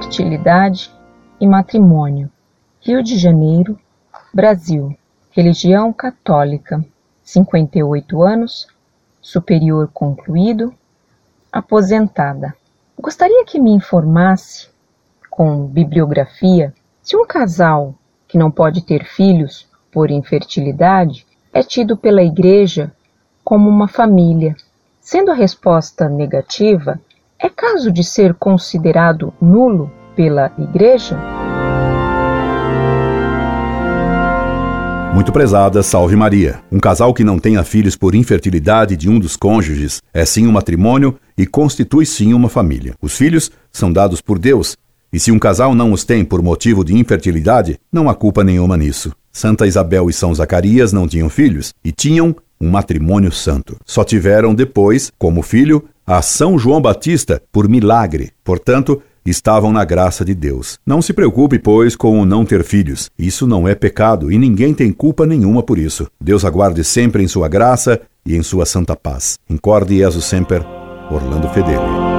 infertilidade e matrimônio. Rio de Janeiro, Brasil. Religião católica. 58 anos, superior concluído, aposentada. Gostaria que me informasse, com bibliografia, se um casal que não pode ter filhos por infertilidade é tido pela Igreja como uma família. Sendo a resposta negativa, é caso de ser considerado nulo pela Igreja? Muito prezada, salve Maria. Um casal que não tenha filhos por infertilidade de um dos cônjuges é sim um matrimônio e constitui sim uma família. Os filhos são dados por Deus, e se um casal não os tem por motivo de infertilidade, não há culpa nenhuma nisso. Santa Isabel e São Zacarias não tinham filhos e tinham um matrimônio santo. Só tiveram depois, como filho, a São João Batista por milagre. Portanto, estavam na graça de Deus. Não se preocupe, pois, com o não ter filhos. Isso não é pecado e ninguém tem culpa nenhuma por isso. Deus aguarde sempre em sua graça e em sua santa paz. Incorde Jesus Semper, Orlando Fedeli.